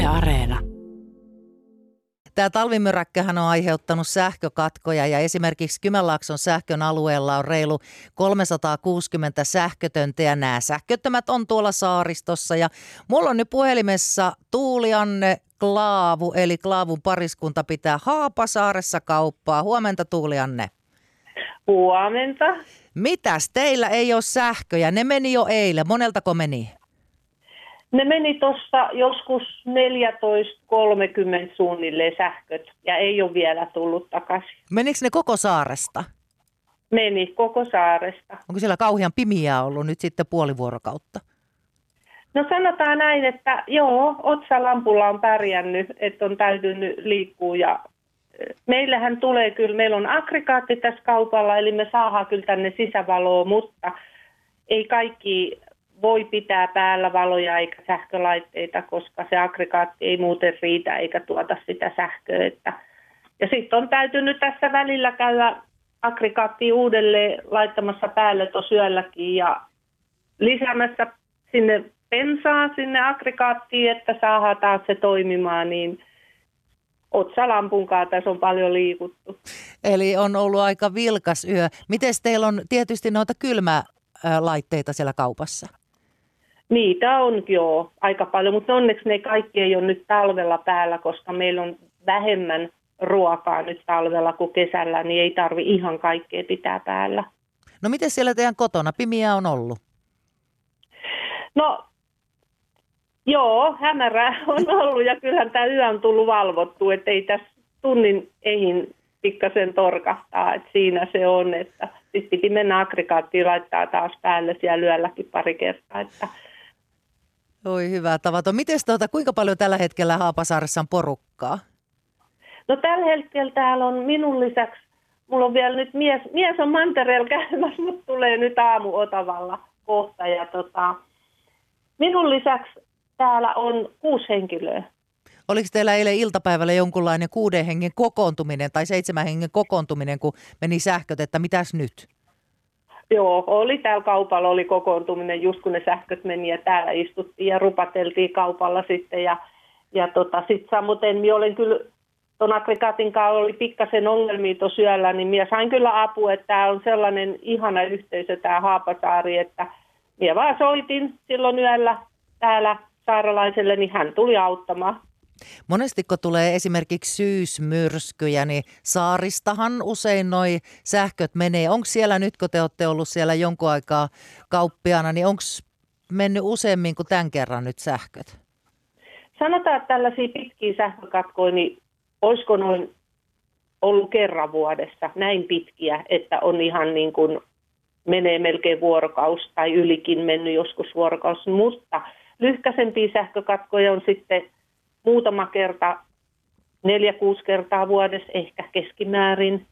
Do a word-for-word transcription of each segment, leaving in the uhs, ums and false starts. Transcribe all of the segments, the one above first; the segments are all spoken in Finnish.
Yle Areena. Tämä talvimyräkkähän on aiheuttanut sähkökatkoja ja esimerkiksi Kymenlaakson sähkön alueella on reilu kolmesataakuusikymmentä sähkötöntä ja nämä sähköttömät on tuolla saaristossa. Ja mulla on nyt puhelimessa Tuulianne Klaavu, eli Klaavun pariskunta pitää Haapasaaressa kauppaa. Huomenta Tuulianne. Huomenta. Mitäs teillä ei ole sähköjä? Ne meni jo eilen. Moneltako meni? Ne meni tuossa joskus neljätoista kolmekymmentä suunnilleen sähköt ja ei ole vielä tullut takaisin. Menikö ne koko saaresta? Meni koko saaresta. Onko siellä kauhean pimiää ollut nyt sitten puoli vuorokautta? No sanotaan näin, että joo, otsalampulla on pärjännyt, että on täytynyt liikkua ja meillähän tulee kyllä, meillä on aggregaatti tässä kaupalla, eli me saadaan kyllä tänne sisävaloa, mutta ei kaikki voi pitää päällä valoja eikä sähkölaitteita, koska se aggregaatti ei muuten riitä eikä tuota sitä sähköä. Että. Ja sitten on täytynyt tässä välillä käydä aggregaattia uudelleen laittamassa päälle tuossa yölläkin ja lisäämässä sinne bensaa sinne aggregaattiin, että saadaan taas se toimimaan, niin otsalampunkaan tässä on paljon liikuttu. Eli on ollut aika vilkas yö. Miten teillä on tietysti noita kylmälaitteita siellä kaupassa? Niitä on joo aika paljon, mutta onneksi ne kaikki ei ole nyt talvella päällä, koska meillä on vähemmän ruokaa nyt talvella kuin kesällä, niin ei tarvi ihan kaikkea pitää päällä. No miten siellä teidän kotona? Pimiä on ollut? No joo, hämärää on ollut ja kyllähän tämä yö on tullut valvottu, että ei tässä tunnin eihin pikkasen torkahtaa, että siinä se on, että sitten piti mennä aggregaattiin laittaa taas päälle siellä yölläkin pari kertaa, että Oi hyvä tavaton. Mites tuota, kuinka paljon tällä hetkellä Haapasaaressa on porukkaa? No tällä hetkellä täällä on minun lisäksi, mulla on vielä nyt mies, mies on mantereella käymässä, mutta tulee nyt aamu Otavalla kohta. Ja tota, minun lisäksi täällä on kuusi henkilöä. Oliko teillä eilen iltapäivällä jonkunlainen kuuden hengen kokoontuminen tai seitsemän hengen kokoontuminen, kun meni sähköt, että mitäs nyt? Joo, oli täällä kaupalla, oli kokoontuminen just kun ne sähköt meni ja täällä istuttiin ja rupateltiin kaupalla sitten. Ja, ja tota, sitten samoin minä olen kyllä, tuon aggregaatin kanssa oli pikkasen ongelmia tuossa yöllä, niin minä sain kyllä apua, että tämä on sellainen ihana yhteisö tämä Haapasaari, että minä vaan soitin silloin yöllä täällä saaralaiselle, niin hän tuli auttamaan. Monesti kun tulee esimerkiksi syysmyrskyjä, niin saaristahan usein noi sähköt menee. Onko siellä nyt, kun te olette ollut siellä jonkun aikaa kauppiana, niin onko mennyt useammin kuin tämän kerran nyt sähköt? Sanotaan, että tällaisia pitkiä sähkökatkoja, niin olisiko noin ollut kerran vuodessa näin pitkiä, että on ihan niin kuin menee melkein vuorokaus tai ylikin mennyt joskus vuorokaus, mutta lyhkäisempiä sähkökatkoja on sitten muutama kerta, neljä, kuusi kertaa vuodessa ehkä keskimäärin.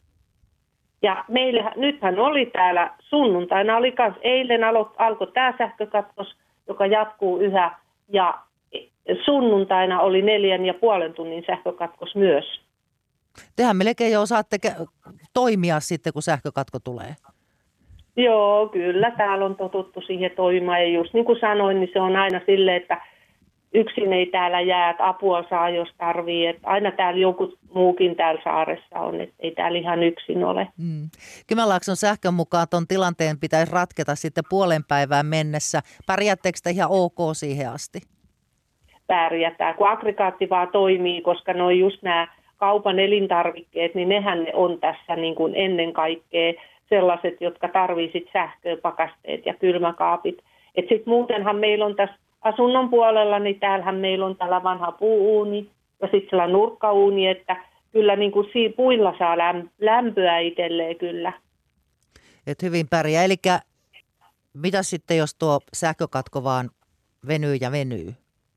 Ja meillä, nythän oli täällä sunnuntaina, oli kans, eilen alo, alkoi tämä sähkökatkos, joka jatkuu yhä. Ja sunnuntaina oli neljän ja puolen tunnin sähkökatkos myös. Tehän melkein jo osaatte toimia sitten, kun sähkökatko tulee. Joo, kyllä. Täällä on totuttu siihen toimimaan. Ja just niin kuin sanoin, niin se on aina silleen, että yksin ei täällä jää, että apua saa, jos tarvii. Että aina täällä joku muukin täällä saaressa on, että ei täällä ihan yksin ole. Mm. Kymenlaakson sähkön mukaan tuon tilanteen pitäisi ratketa sitten puolen päivään mennessä. Pärjäättekö te ihan ok siihen asti? Pärjätään, kun aggregaatti vaan toimii, koska ne on just nämä kaupan elintarvikkeet, niin nehän ne on tässä niin kuin ennen kaikkea sellaiset, jotka tarvitsevat sähköä, pakasteet ja kylmäkaapit. Et sit muutenhan meillä on tässä asunnon puolella, niin täällähän meillä on tällä vanha puuuuni ja sitten sellainen nurkkauuni, että kyllä niin kuin siinä puilla saa lämpöä itselleen kyllä. Et hyvin pärjää. Eli mitä sitten, jos tuo sähkökatko vaan venyy ja venyy?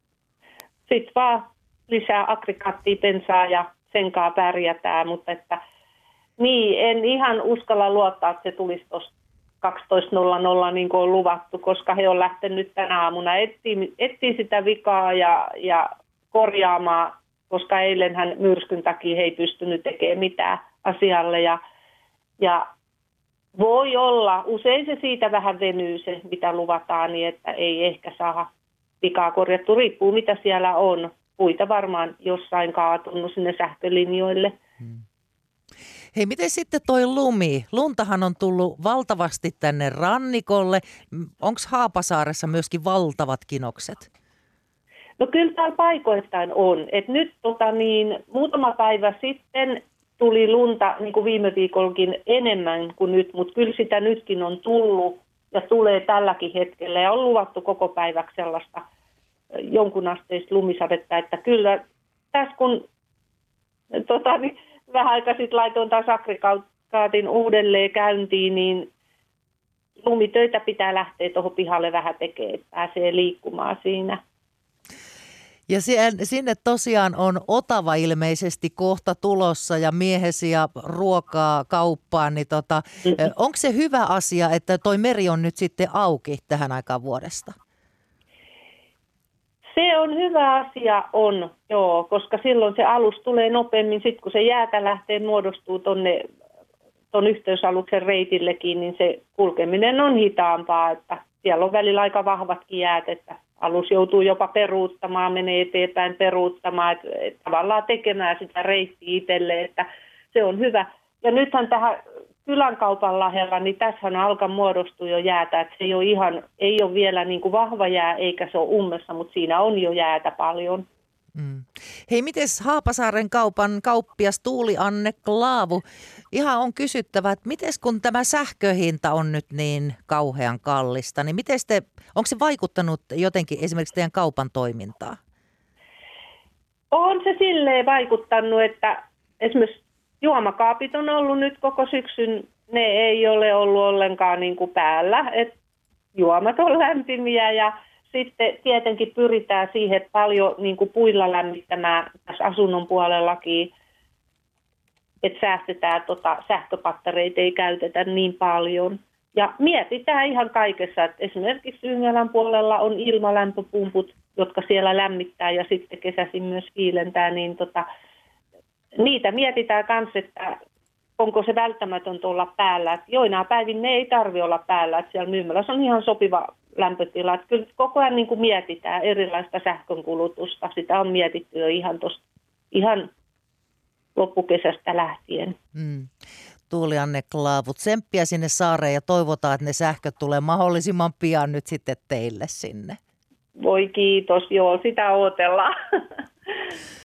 Sitten vaan lisää aggregaattia, bensaa ja sen kanssa pärjätään, mutta että niin, en ihan uskalla luottaa, että se tulisi tuosta kaksitoista nolla nolla niin kuin on luvattu, koska he on lähtenyt tänä aamuna etsiä, etsiä sitä vikaa ja, ja korjaamaan, koska eilenhän myrskyn takia he ei pystynyt tekemään mitään asialle. Ja, ja voi olla, usein se siitä vähän venyy se, mitä luvataan, niin että ei ehkä saa vikaa korjattu, riippuu mitä siellä on. puita varmaan jossain kaatunut sinne sähkölinjoille. Hmm. Hei, miten sitten toi lumi? Luntahan on tullut valtavasti tänne rannikolle. Onko Haapasaaressa myöskin valtavat kinokset? No kyllä täällä paikoittain on. Et nyt tota niin, muutama päivä sitten tuli lunta, niin kuin viime viikollakin, enemmän kuin nyt, mutta kyllä sitä nytkin on tullut ja tulee tälläkin hetkellä. Ja on luvattu koko päiväksi sellaista jonkunasteista lumisadetta, että kyllä tässä kun tota, niin, vähän aikaa sitten laitoin taas aggregaatin uudelleen käyntiin, niin lumitöitä pitää lähteä tuohon pihalle vähän tekemään, että pääsee liikkumaan siinä. Ja sinne tosiaan on Otava ilmeisesti kohta tulossa ja miehesi ja ruokaa kauppaan, niin tota, mm-hmm. onko se hyvä asia, että toi meri on nyt sitten auki tähän aikaan vuodesta? Se on hyvä asia, on, joo, koska silloin se alus tulee nopeammin, sitten kun se jäätä lähtee muodostuu tuonne ton yhteysaluksen reitillekin, niin se kulkeminen on hitaampaa, että siellä on välillä aika vahvatkin jäät, että alus joutuu jopa peruuttamaan, menee eteenpäin peruuttamaan, että, että tavallaan tekemään sitä reittiä itselle, että se on hyvä. Ja nythän tähän kylän kaupan lahjalla, niin tässähän alkaa muodostua jo jäätä, että se ei ole, ihan, ei ole vielä niin kuin vahva jää eikä se ole ummessa, mutta siinä on jo jäätä paljon. Mm. Hei, mites Haapasaaren kaupan kauppias Tuuli-Anne Klaavu? Ihan on kysyttävä, että mites kun tämä sähköhinta on nyt niin kauhean kallista, niin mites te, onko se vaikuttanut jotenkin esimerkiksi teidän kaupan toimintaan? On se silleen vaikuttanut, että esimerkiksi juomakaapit on ollut nyt koko syksyn, ne ei ole ollut ollenkaan niin kuin päällä, että juomat on lämpimiä ja sitten tietenkin pyritään siihen, että paljon niin kuin puilla lämmittämään tässä asunnon puolellakin, että säästetään tota, sähköpattereita, ei käytetä niin paljon. Ja mietitään ihan kaikessa, että esimerkiksi Yngälän puolella on ilmalämpöpumput, jotka siellä lämmittää ja sitten kesäisin myös viilentää, niin tota, niitä mietitään myös, että onko se välttämätöntä olla päällä. Että joinain päivin ne ei tarvitse olla päällä, että siellä myymälässä on ihan sopiva lämpötila. Että kyllä koko ajan niin kuin mietitään erilaista sähkönkulutusta. Sitä on mietitty jo ihan, tosta, ihan loppukesästä lähtien. Mm. Tuuli-Anne Klaavu, tsemppiä sinne saareen ja toivotaan, että ne sähköt tulee mahdollisimman pian nyt sitten teille sinne. Voi kiitos, joo, sitä odotellaan.